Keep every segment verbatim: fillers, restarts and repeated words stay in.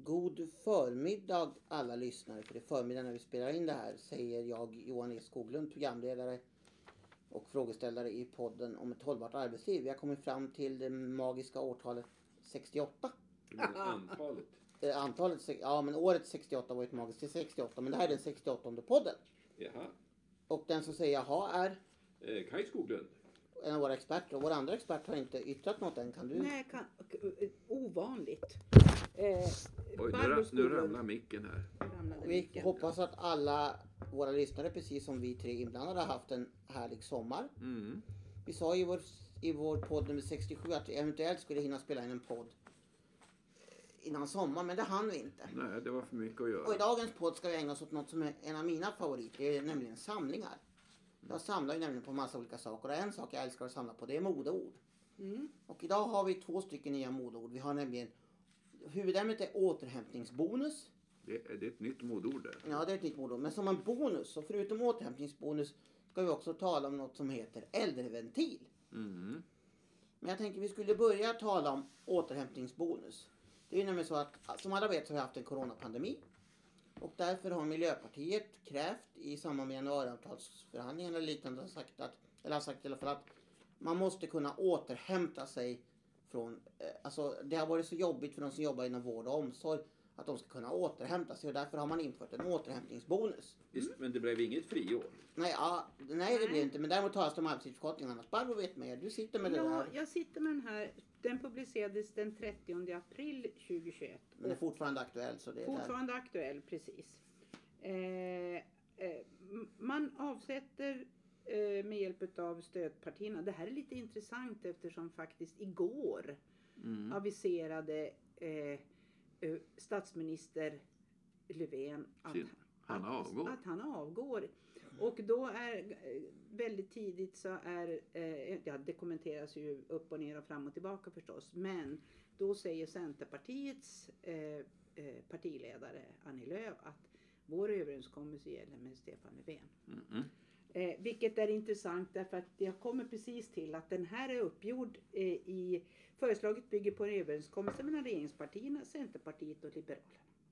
God förmiddag alla lyssnare, för det är förmiddag när vi spelar in det här, säger jag, Johan E. Skoglund, programledare och frågeställare i podden om ett hållbart arbetsliv. Vi har kommit fram till det magiska årtalet sextioåtta. Antalet? Eh, antalet, ja men året sextioåtta var ett magiskt till sextioåtta, men det här är den sextioåttonde podden. Jaha. Och den som säger jaha är Eh, Kaj Skoglund. en av våra experter, och vår andra expert har inte yttrat något än. Kan du? Nej, kan, ovanligt. Eh, Oj, nu, Barbro ra- nu Skoglund. ramlar micken här. ramlade Vi micken. hoppas att alla våra lyssnare, precis som vi tre inblandade, har haft en härlig sommar. Mm. Vi sa i vår, i vår podd nummer sextiosju att vi eventuellt skulle hinna spela in en podd innan sommar, men det hann vi inte. Nej, det var för mycket att Och i göra. dagens podd ska vi ägna oss åt något som är en av mina favoriter, det är nämligen samlingar. Jag samlar ju nämligen på massa olika saker, och en sak jag älskar att samla på, det är modeord. Mm. Och idag har vi två stycken nya modeord. Vi har nämligen, huvudämnet är återhämtningsbonus. Det, är det ett nytt modord där? Ja, det är ett nytt modeord. Men som en bonus, och förutom återhämtningsbonus, ska vi också tala om något som heter äldreventil. Mm. Men jag tänker vi skulle börja tala om återhämtningsbonus. Det är ju nämligen så att, som alla vet, så har vi haft en coronapandemi. Och därför har Miljöpartiet krävt i samband med januariavtalsförhandlingarna eller liknande, har sagt att, eller har sagt i alla fall att man måste kunna återhämta sig från, eh, alltså det har varit så jobbigt för de som jobbar inom vård och omsorg att de ska kunna återhämta sig, och därför har man infört en återhämtningsbonus. Visst, men det blev inget friår. Nej, ja, nej det blir inte, men däremot talas det om arbetstidsförkortning annars. Barbro vet mer, du sitter med det Ja, där. jag sitter med den här. Den publicerades den trettionde april tjugohundratjugoett. Men är fortfarande aktuell, så det är där. Fortfarande aktuell, precis. Eh, eh, m- man avsätter eh, med hjälp av stödpartierna. Det här är lite intressant eftersom faktiskt igår Mm. aviserade eh, eh, statsminister Löfven att Sin- han att, avgår. att han avgår. Och då är eh, väldigt tidigt så är, eh, ja det kommenteras ju upp och ner och fram och tillbaka förstås. Men då säger Centerpartiets eh, eh, partiledare Annie Lööf att vår överenskommelse gäller med Stefan Löfven. Mm. Eh, vilket är intressant därför att jag kommer precis till att den här är uppgjord eh, i, föreslaget bygger på en överenskommelse mellan regeringspartierna, Centerpartiet och Liberalerna.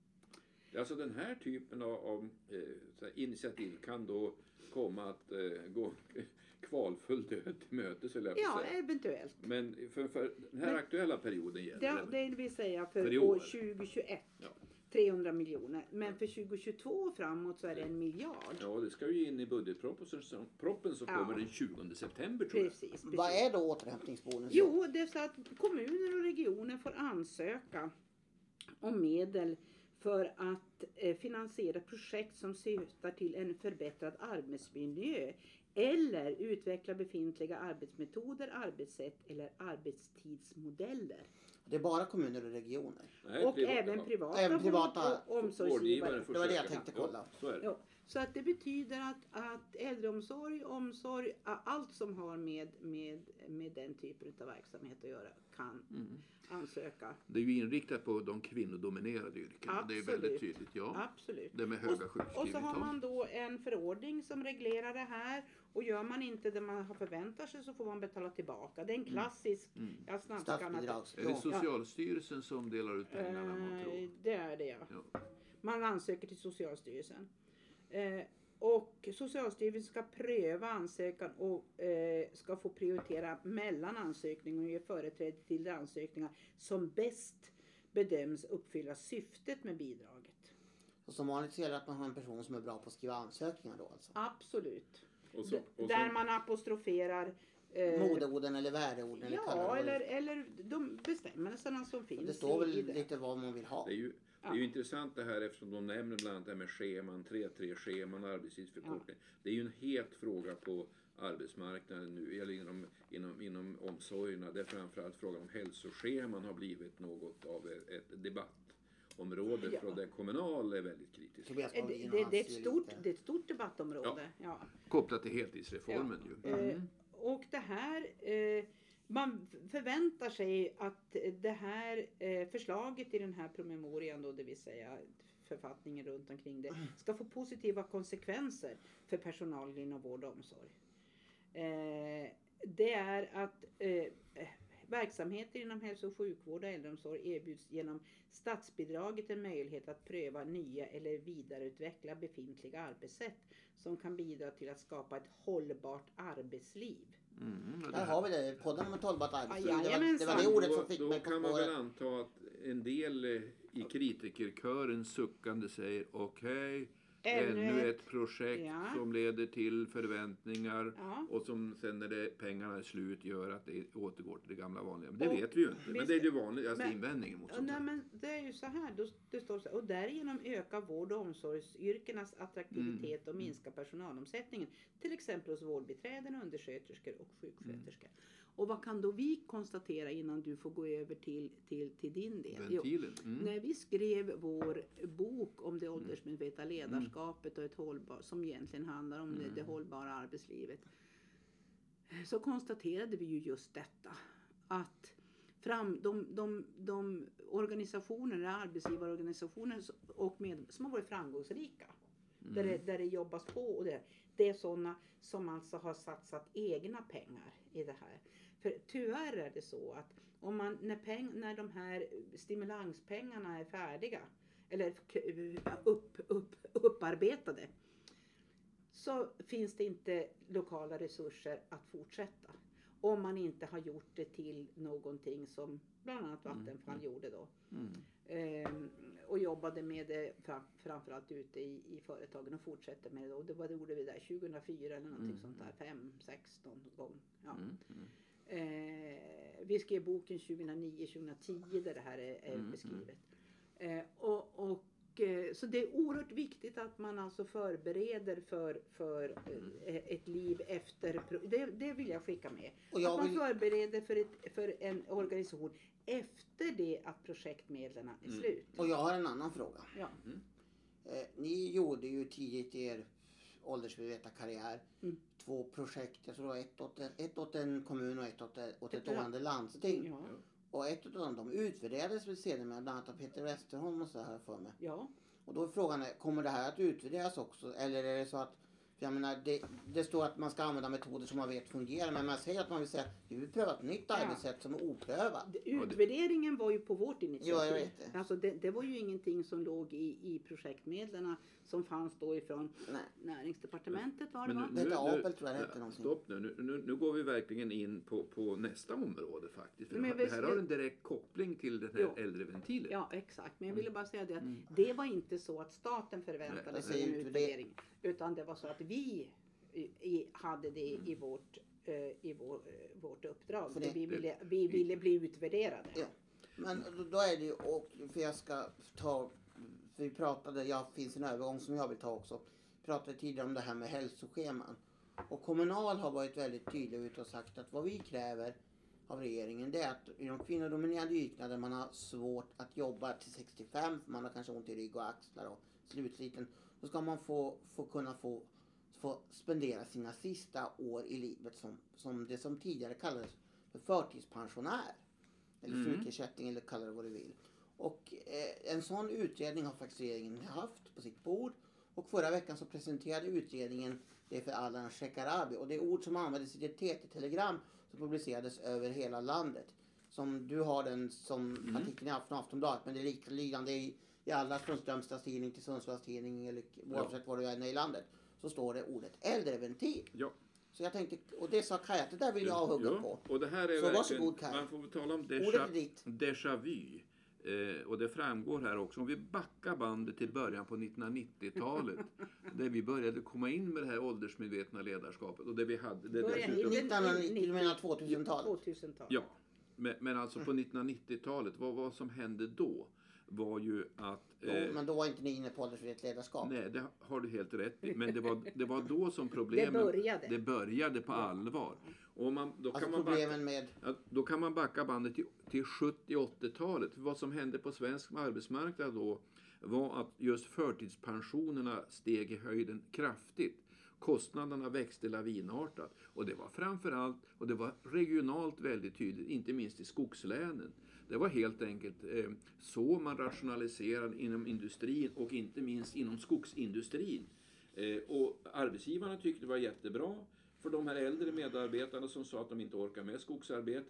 Alltså den här typen av, av eh, så här, initiativ kan då komma att eh, gå kvalfull död till mötes, eller jag Ja, säga. eventuellt. Men för, för den här Men- aktuella perioden gäller Det, det. det vill säga för, För i år år. tjugohundratjugoett Ja. trehundra miljoner. Men för tjugohundratjugotvå och framåt så är det en miljard. Ja, det ska ju in i budgetproppen som, proppen som Ja. kommer den tjugonde september tror jag. Precis, precis. Vad är då återhämtningsbonus? Jo, det är så att kommuner och regioner får ansöka om medel för att eh, finansiera projekt som syftar till en förbättrad arbetsmiljö eller utveckla befintliga arbetsmetoder, arbetssätt eller arbetstidsmodeller. Det är bara kommuner och regioner. Nej, Och privat- även ja. privata, Även privata vård- och omsorgsgivare. Vårdgivare får Det var det jag söka. tänkte kolla. Ja, så är det. Ja, så att det betyder att, att äldreomsorg, omsorg, a- allt som har med, med, med den typen av verksamhet att göra kan Mm. ansöka. Det är ju inriktat på de kvinnodominerade yrkena. Det är Absolut. väldigt tydligt. Ja. Absolut. Det med höga Och så har sjukskrivningstal. man då en förordning som reglerar det här. Och gör man inte det man har förväntat sig så får man betala tillbaka. Det är en klassisk... Mm. Jag snabbskannar- Statsbidrag. Är det Socialstyrelsen som delar ut pengarna man Eh, tror? Det är det ja. Ja. Man ansöker till Socialstyrelsen. Eh, och Socialstyrelsen ska pröva ansökan och eh, ska få prioritera mellan ansökningar och ge företräde till de ansökningar som bäst bedöms uppfylla syftet med bidraget. Och som vanligt så gäller det att man har en person som är bra på att skriva ansökningar då alltså. Absolut. Och så, D- och Där så, man apostroferar eh, Modeorden eller värdeorden eller kallar ja, det vad eller, det- eller de bestämmelserna som finns. Det står i- i väl det. lite vad man vill ha. det är ju det är ju intressant det här eftersom de nämner bland annat det här med scheman, tre tre scheman, arbetstidsförkortning. Det är ju en het fråga på arbetsmarknaden nu, eller inom, inom, inom omsorgerna. Det är framförallt frågan om hälsoscheman har blivit något av ett debattområde Ja. från det kommunala är väldigt kritiskt. Tobias Eh, Paulin Det, och det, det, är hans ett stort, lite- det är ett stort debattområde. Ja. Kopplat till heltidsreformen ju. Eh, och det här, eh, man förväntar sig att det här eh, förslaget i den här promemorian då, det vill säga författningen runt omkring det, ska få positiva konsekvenser för personalen inom vård och omsorg. Eh, det är att eh, verksamheter inom hälso- och sjukvård och äldreomsorg erbjuds genom statsbidraget en möjlighet att pröva nya eller vidareutveckla befintliga arbetssätt som kan bidra till att skapa ett hållbart arbetsliv. Mm, Där har vi det, podden om ett hållbart arbetsliv. Ja, Det var, det jajamensan. var det ordet som Då, fick då mig på kan man väl spåret. anta att en del eh, i kritikerkören suckande säger okej, Ännu ännu ett- ett projekt Ja. som leder till förväntningar Ja. och som sen när det, pengarna är slut gör att det återgår till det gamla vanliga. Men det Och vet vi ju inte. Men visst- det är ju vanligaste men- invändningen mot Ja, sånt nej, här. men det är ju så här, då, det står så här, och därigenom öka vård- och omsorgsyrkenas attraktivitet och minska personalomsättningen. Till exempel hos vårdbiträden, undersköterskor och sjuksköterskor. Och vad kan då vi konstatera innan du får gå över till, till, till din del? Jo, Ventilen. Mm. när vi skrev vår bok om det åldersmedvetna ledarskapet och ett hållbar, som egentligen handlar om det, det hållbara arbetslivet, så konstaterade vi ju just detta. Att fram, de, de, de organisationer, arbetsgivarorganisationer och med, som har varit framgångsrika, där, det, där det jobbas på, och det, det är sådana som alltså har satsat egna pengar i det här. För tyvärr är det så att om man, när, peng, när de här stimulanspengarna är färdiga eller upp, upp, upparbetade, så finns det inte lokala resurser att fortsätta. Om man inte har gjort det till någonting som bland annat Vattenfall mm. gjorde då. Mm. Ehm, och jobbade med det fram, framförallt ute i, i företagen och fortsätter med det. Och det var det gjorde vi där tjugohundrafyra eller någonting mm. sånt där. fem, sexton gång. Ja. Mm. Mm. Ehm, vi skrev boken tjugohundranio tjugohundratio där det här är, är mm. beskrivet. Ehm, och, och så det är oerhört viktigt att man alltså förbereder för, för ett liv efter, det, det vill jag skicka med. Och jag att man vill... förbereder för, ett, för en organisation efter det att projektmedlen är mm. slut. Och jag har en annan fråga. Ja. Mm. Eh, ni gjorde ju tidigt i er åldersmedvetna karriär mm. två projekt, jag tror ett åt, ett åt en kommun och ett åt, åt ett ordnande landsting. Ja. Och ett av dem, de utvärderades väl senare med bland annat av Peter Westerholm och så här för mig. Ja. Och då är frågan, kommer det här att utvärderas också? Eller är det så att, för jag menar, det, det står att man ska använda metoder som man vet fungerar. Men man säger att man vill säga, vi vill pröva ett nytt ja. arbetssätt som är oprövat. Utvärderingen var ju på vårt initiativ. Ja, jag vet det. Alltså det, det var ju ingenting som låg i, i projektmedlen som fanns då ifrån Nej. Näringsdepartementet. Var det, nu, va? Nu, Detta Apel tror jag det hette någonting. Stopp nu. Nu, nu, nu går vi verkligen in på, på nästa område faktiskt. För Men det här vi, har en direkt koppling till den här jo. äldreventilen. Ja, exakt. Men jag ville bara säga det att mm. det var inte så att staten förväntade sig en utvärdering. Utan det var så att vi i, hade det i vårt, uh, i vår, uh, vårt uppdrag. För det, vi, ville, vi ville bli utvärderade. Ja. Men då är det ju, och för jag ska ta, för vi pratade, ja, finns en övergång som jag vill ta också. Vi pratade tidigare om det här med hälsoscheman. Och Kommunal har varit väldigt tydlig ut och sagt att vad vi kräver av regeringen, det är att i de kvinnodominerade yrkena där man har svårt att jobba till sextiofem, för man har kanske ont i rygg och axlar och slutsliten, så ska man få, få kunna få, få spendera sina sista år i livet som, som det som tidigare kallades för förtidspensionär. Eller mm. sjukersättning, eller kalla det vad du vill. Och eh, en sån utredning har faktiskt regeringen haft på sitt bord. Och förra veckan så presenterade utredningen det för Ardalan Shekarabi. Och det är ord som användes i ett T T-telegram som publicerades över hela landet. Som du har den som mm. artikeln i Afton Aftonbladet, men det är likalydande i, i alla från Strömstads tidning till Sundsvalls tidning eller oavsett ja. var du är i landet. Så står det ordet äldreventil. Ja. Så jag tänkte, och det sa Kaj att det där vill jag hugga ja. på. Och det här är så varsågod Kaj. Man får väl tala om déjà, déjà vu. Eh, och det framgår här också. Om vi backar bandet till början på nittonhundranittiotalet. där vi började komma in med det här åldersmedvetna ledarskapet. Och det vi hade... Det nittonhundranittio, du menar tvåtusentalet? tvåtusentalet. Ja, men, men alltså på nittonhundranittiotalet, vad, vad som hände då var ju att... Eh, jo, men då var inte ni inne på åldersmedvetet ledarskap. Nej, det har du helt rätt i. Men det var, det var då som problemen... Det började. Det började på allvar. Och man, då, alltså kan man problemen backa, med... ja, då kan man backa bandet till, till sjuttio- och åttiotalet. Vad som hände på svensk arbetsmarknad då var att just förtidspensionerna steg i höjden kraftigt. Kostnaderna växte lavinartat. Och det var framförallt, och det var regionalt väldigt tydligt, inte minst i skogslänen. Det var helt enkelt eh, så man rationaliserade inom industrin och inte minst inom skogsindustrin. Eh, och arbetsgivarna tyckte det var jättebra. För de här äldre medarbetarna som sa att de inte orkar med skogsarbetet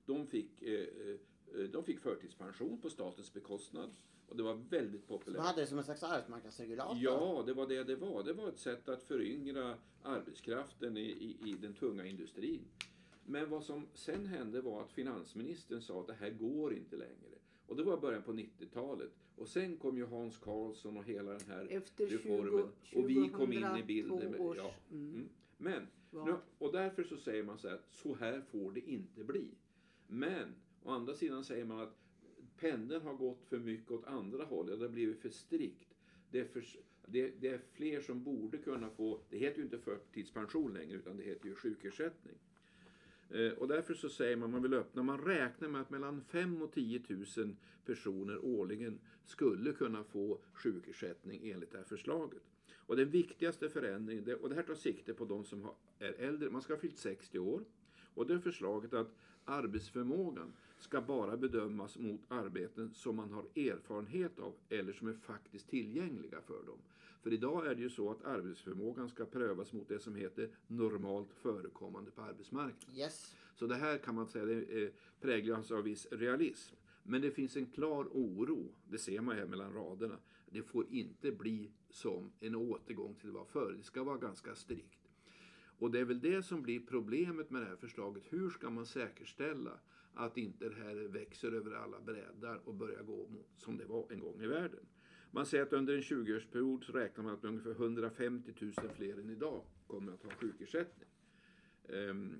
de fick, eh, eh, de fick förtidspension på statens bekostnad. Och det var väldigt populärt. Man hade det som en slags arbetsmarknadsregulator. Ja, det var det det var. Det var ett sätt att föryngra arbetskraften i, i, i den tunga industrin. Men vad som sen hände var att finansministern sa att det här går inte längre. Och det var början på nittiotalet. Och sen kom ju Hans Karlsson och hela den här Efter reformen. tjugo, och vi kom in i bilden. tjugohundratvå Med, års, ja. mm. Mm. Men, Vad? nu, och därför så säger man så här, så här får det inte bli. Men, å andra sidan säger man att pendeln har gått för mycket åt andra håll. Det har blivit för strikt. Det är, för, det, det är fler som borde kunna få, det heter ju inte förtidspension längre utan det heter ju sjukersättning. Eh, och därför så säger man, man vill öppna, man räknar med att mellan fem och tio tusen personer årligen skulle kunna få sjukersättning enligt det här förslaget. Och den viktigaste förändringen, det, och det här tar sikte på de som har, är äldre, man ska ha fyllt sextio år. Och det är förslaget att arbetsförmågan ska bara bedömas mot arbeten som man har erfarenhet av eller som är faktiskt tillgängliga för dem. För idag är det ju så att arbetsförmågan ska prövas mot det som heter normalt förekommande på arbetsmarknaden. Yes. Så det här kan man säga det präglas av viss realism. Men det finns en klar oro, det ser man här mellan raderna. Det får inte bli som en återgång till vad förr. Det ska vara ganska strikt. Och det är väl det som blir problemet med det här förslaget. Hur ska man säkerställa att inte det här växer över alla bräddar och börjar gå mot som det var en gång i världen? Man säger att under en tjugoårsperiod så räknar man att ungefär hundrafemtio tusen fler än idag kommer att ha sjukersättning. Um,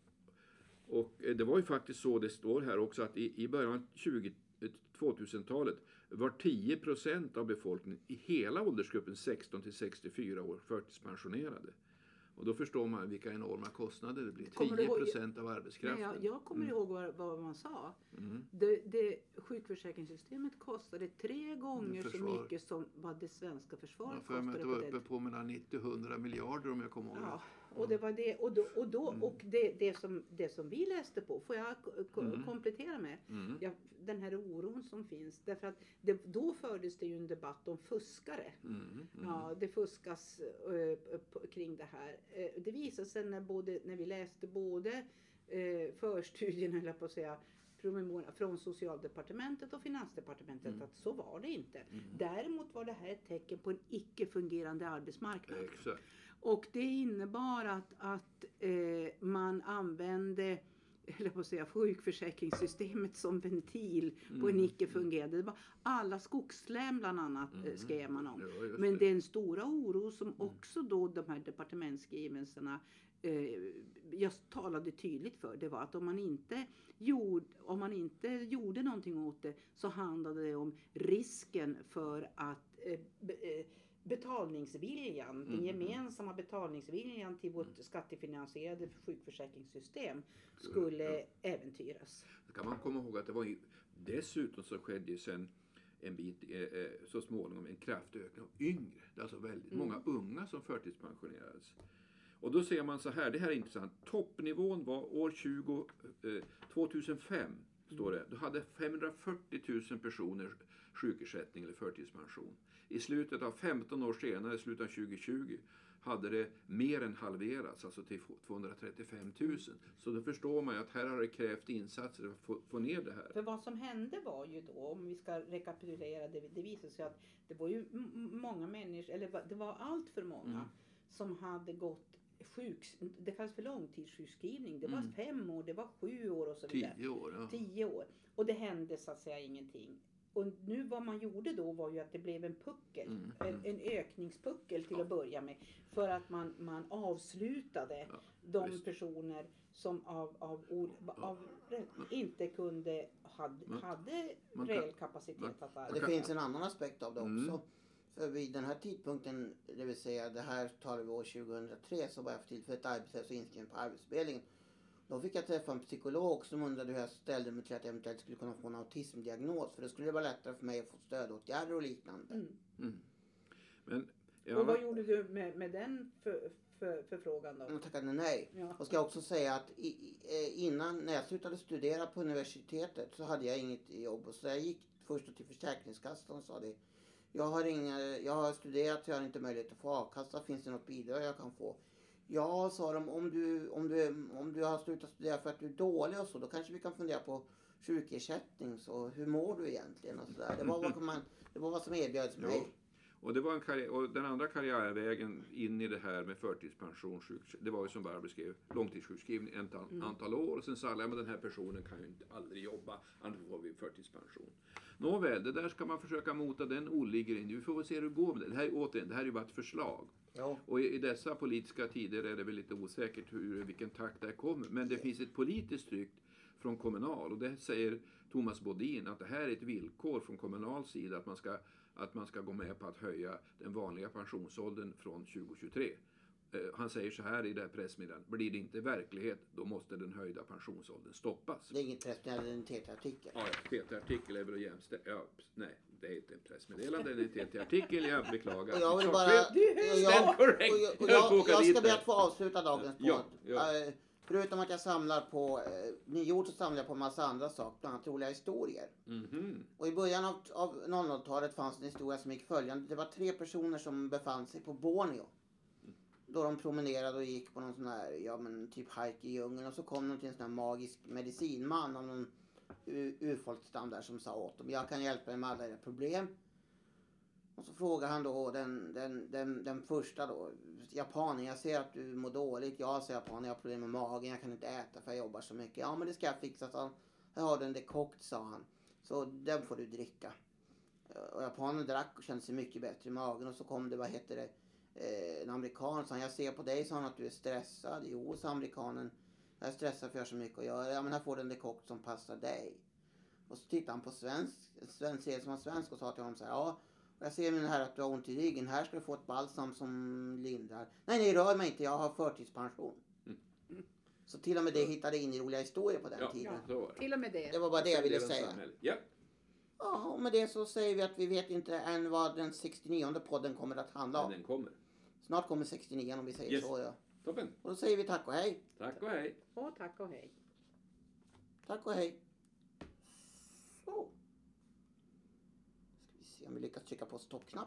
och det var ju faktiskt så det står här också att i, i början av tjugo, tvåtusentalet var tio procent av befolkningen i hela åldersgruppen sexton till sextiofyra år förtidspensionerade. Och då förstår man vilka enorma kostnader det blir. tio procent av arbetskraften. Nej, jag, jag kommer mm. ihåg vad, vad man sa. Mm. Det, det, sjukförsäkringssystemet kostade tre gånger så Försvar. mycket som vad det svenska försvaret Ja, för kostade. det var på uppe det. på mellan nittio till hundra miljarder om jag kommer ihåg. Ja, och det var det. Och, då, och, då, Mm. och det, det, som, det som vi läste på, får jag ko- Mm. komplettera med? Mm. Ja, den här oron som finns. Därför att det, då fördes det ju en debatt om fuskare. Mm. Mm. Ja, det fuskas eh, på, kring det här. Eh, det visade sig när, både, när vi läste både eh, förstudien, eller på att säga, promemoria från Socialdepartementet och Finansdepartementet Mm. att så var det inte. Mm. Däremot var det här ett tecken på en icke fungerande arbetsmarknad. Exakt. Och det innebar att, att eh, man använde eller på att säga, sjukförsäkringssystemet som ventil på en Mm. icke fungerande. Det var alla skogslän bland annat Mm. mm. skrev man om. Ja, just Men det. den stora oro som också då de här departementsskrivelserna eh, jag talade tydligt för, det var att om man inte gjorde, om man inte gjorde någonting åt det så handlade det om risken för att eh, be, eh, betalningsviljan, Mm. den gemensamma betalningsviljan till vårt skattefinansierade sjukförsäkringssystem skulle Ja. äventyras. Då kan man komma ihåg att det var ju, dessutom så skedde ju sen en bit eh, eh, så småningom en kraftig ökning av yngre. Det är alltså väldigt Mm. många unga som förtidspensionerades. Och då ser man så här, det här är intressant. Toppnivån var år tjugo, eh, tvåtusenfem står det. Då hade femhundrafyrtio tusen personer sjukersättning eller förtidspension. I slutet av femton år senare, i slutet av tjugohundratjugo, hade det mer än halverats, alltså till tvåhundratrettiofem tusen. Så då förstår man ju att här har det krävt insatser för att få, få ner det här. För vad som hände var ju då, om vi ska rekapitulera det, det visade sig att det var ju m- många människor, eller va- det var allt för många Mm. som hade gått sjuk, det kallas för långtidssjukskrivning. Det var Mm. fem år, det var sju år och så vidare. Tio år, ja. Tio år. Och det hände så att säga ingenting. Och nu vad man gjorde då var ju att det blev en puckel. Mm, En, mm. en ökningspuckel till Ja. att börja med. För att man, man avslutade Ja, de visst. personer som av, av, ol- av, inte kunde, hade, Man- hade man kan- reell kapacitet man- att Det arbeta. finns en annan aspekt av det också. Mm. För vid den här tidpunkten, det vill säga det här talar vi år tjugohundratre, så var jag för tillfället arbetslös och inskriven på Arbetsförmedlingen. Då fick jag träffa en psykolog som undrade hur jag ställde mig till att jag eventuellt skulle kunna få en autismdiagnos. För det skulle vara lättare för mig att få stödåtgärder och liknande. Mm. Mm. Men, Och ja, vad gjorde du med, med den för, för, förfrågan då? Jag tackade nej. Ja. Och ska jag också säga att i, i, eh, innan, när jag slutade studera på universitetet så hade jag inget jobb. Och så jag gick först till Försäkringskassan och sa det. Jag har, inga, jag har studerat så jag har inte möjlighet att få a-kassa. Finns det något bidrag jag kan få? Ja, sa de, om du, om, du, om du har slutat studera för att du är dålig och så, då kanske vi kan fundera på sjukersättning. Så hur mår du egentligen? Och så där. Det, var vad man, det var vad som erbjöds Jo. mig. Och, det var en karriär, och den andra karriärvägen in i det här med förtidspension, sjuk, det var ju som Barbro beskrev, långtidssjukskrivning ett antal, Mm. antal år. Och sen sa alla, men den här personen kan ju inte aldrig jobba, annars får vi förtidspension. Nåväl, det där ska man försöka mota, den oligger in. Vi får väl se hur det går med det. Det här, återigen, det här är ju bara ett förslag. Ja. Och i, i dessa politiska tider är det väl lite osäkert hur, vilken takt det här kommer. Men det finns ett politiskt tryck från Kommunal, och det säger Thomas Bodin att det här är ett villkor från Kommunals sida att man ska, att man ska gå med på att höja den vanliga pensionsåldern från tjugo tjugotre. Eh, han säger så här i det här pressmeddelandet: blir det inte verklighet, då måste den höjda pensionsåldern stoppas. Det är inget pressmeddelande, det är en T T-artikel. Ja, ja, T T-artikel är väl att jämställa. Ja, nej, det är inte en pressmeddelande, det är en T T-artikel, jag beklagar. Och jag vill bara... Sakfel. och jag, Ställ korrekt. och jag, och Jag höll på jag, att åka jag dit ska be där. att få avsluta dagens podd. Ja, ja. Eh, Förutom att jag samlar på eh, nyord så samlar jag på en massa andra saker, bland annat roliga historier. Mhm. Och i början av, av noll noll-talet fanns en historia som gick följande. Det var tre personer som befann sig på Borneo. Då de promenerade och gick på någon sån här, ja men typ hike i djungeln. Och så kom de till en sån här magisk medicinman av någon u- urfolksstam där som sa åt dem: jag kan hjälpa er med alla era problem. Och så frågar han då den, den, den, den första då, japanen: jag ser att du mår dåligt. Jag säger japanen, jag har problem med magen, jag kan inte äta för jag jobbar så mycket. Ja men det ska jag fixa, sa han. Här har du en dekokt, sa han. Så den får du dricka. Och japanen drack och kände sig mycket bättre i magen. Och så kom det, vad heter det, eh, en amerikan, sa han: jag ser på dig, sa han, att du är stressad. Jo, sa amerikanen, jag är stressad för jag har så mycket att göra. Ja men här får du en dekokt som passar dig. Och så tittade han på svensk, svensk som var svensk och sa till honom så här: ja, jag ser min här att du har ont i ryggen. Här ska du få ett balsam som lindrar. Nej, nej, rör mig inte. Jag har förtidspension. Mm. Så till och med det hittade in i roliga historier på den Ja, tiden. så var det. Till och med det. Det var bara det jag ville Delen säga. samhälle. Ja. Ja, och med det så säger vi att vi vet inte än vad den sextionionde podden kommer att handla Men om. den kommer. Snart kommer sextionio om vi säger Yes. så. Ja. Toppen. Och då säger vi tack och hej. Tack och hej. Och tack och hej. Tack och hej. Så. Ska vi se om vi lyckas trycka på stoppknappen.